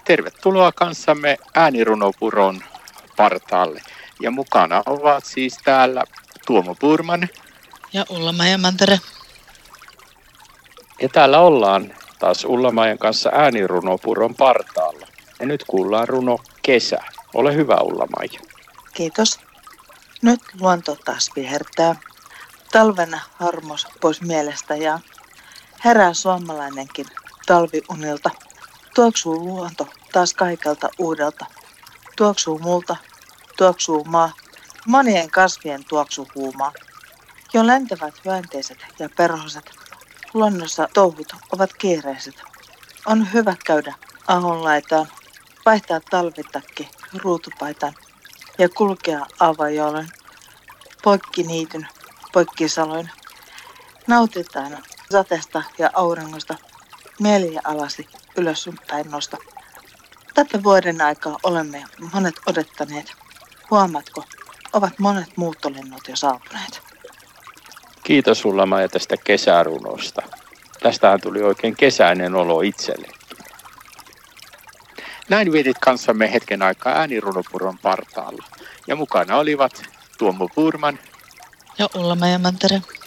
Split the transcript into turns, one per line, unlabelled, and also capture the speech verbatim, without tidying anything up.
Tervetuloa kanssamme äänirunopuron partaalle. Ja mukana ovat siis täällä Tuomo Purman
ja Ulla-Maija Mantere.
Ja täällä ollaan taas Ulla-Maijan kanssa äänirunopuron partaalla. Ja nyt kuullaan runo Kesä. Ole hyvä, Ulla-Maija.
Kiitos. Nyt luonto taas vihertää. Talven harmos pois mielestä ja herää suomalainenkin talviunilta. Tuoksuu luonto taas kaikelta uudelta. Tuoksuu multa, tuoksuu maa, monien kasvien tuoksu huumaa. Jo lentävät hyönteiset ja perhoset, luonnossa touhut ovat kiireiset. On hyvä käydä ahonlaitaan, vaihtaa talvitakki ruutupaitaan ja kulkea avajolen poikki niityn, poikki saloin. Nautitaan sateesta ja auringosta, mieli ja alasi ylös päin nosta. Tätä vuoden aikaa olemme monet odottaneet. Huomaatko, ovat monet muuttolinnut jo saapuneet.
Kiitos Ulla-Maija tästä kesärunosta. Tästähän tuli oikein kesäinen olo itselle. Näin vietit kanssamme hetken aikaa äänirunopuron partaalla. Ja mukana olivat Tuomo Purman
ja Ulla-Maija Mantere.